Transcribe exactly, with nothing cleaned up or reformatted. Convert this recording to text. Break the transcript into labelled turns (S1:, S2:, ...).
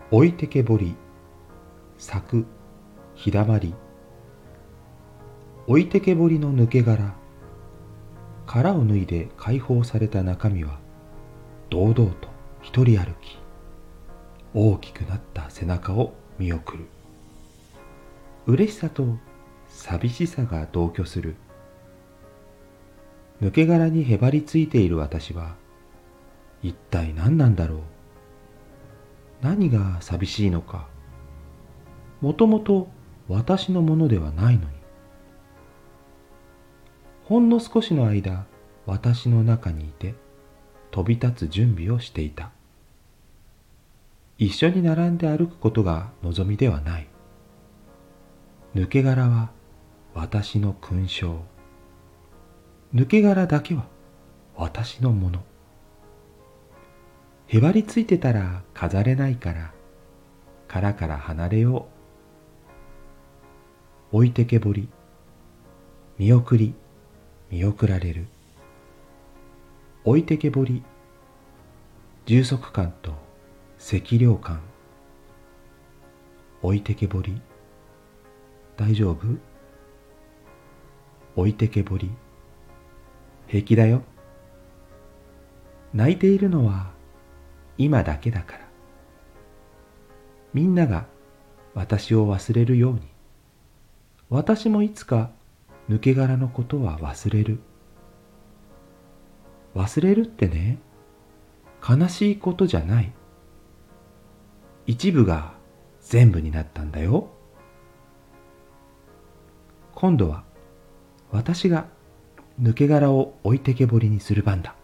S1: 置いてけぼり、作、ひだまり。置いてけぼりの抜け殻、殻を脱いで解放された中身は、堂々と一人歩き、大きくなった背中を見送る。嬉しさと寂しさが同居する。抜け殻にへばりついている私は、一体何なんだろう。何が寂しいのか。もともと私のものではないのに。ほんの少しの間、私の中にいて、飛び立つ準備をしていた。一緒に並んで歩くことが望みではない。抜け殻は私の勲章。抜け殻だけは私のもの。へばりついてたら飾れないから、殻から離れよう。置いてけぼり、見送り、見送られる。置いてけぼり、充足感と寂寥感。置いてけぼり、大丈夫？置いてけぼり、平気だよ。泣いているのは今だけだから。みんなが私を忘れるように、私もいつか抜け殻のことは忘れる。忘れるってね、悲しいことじゃない。一部が全部になったんだよ。今度は私が抜け殻を置いてけぼりにする番だ。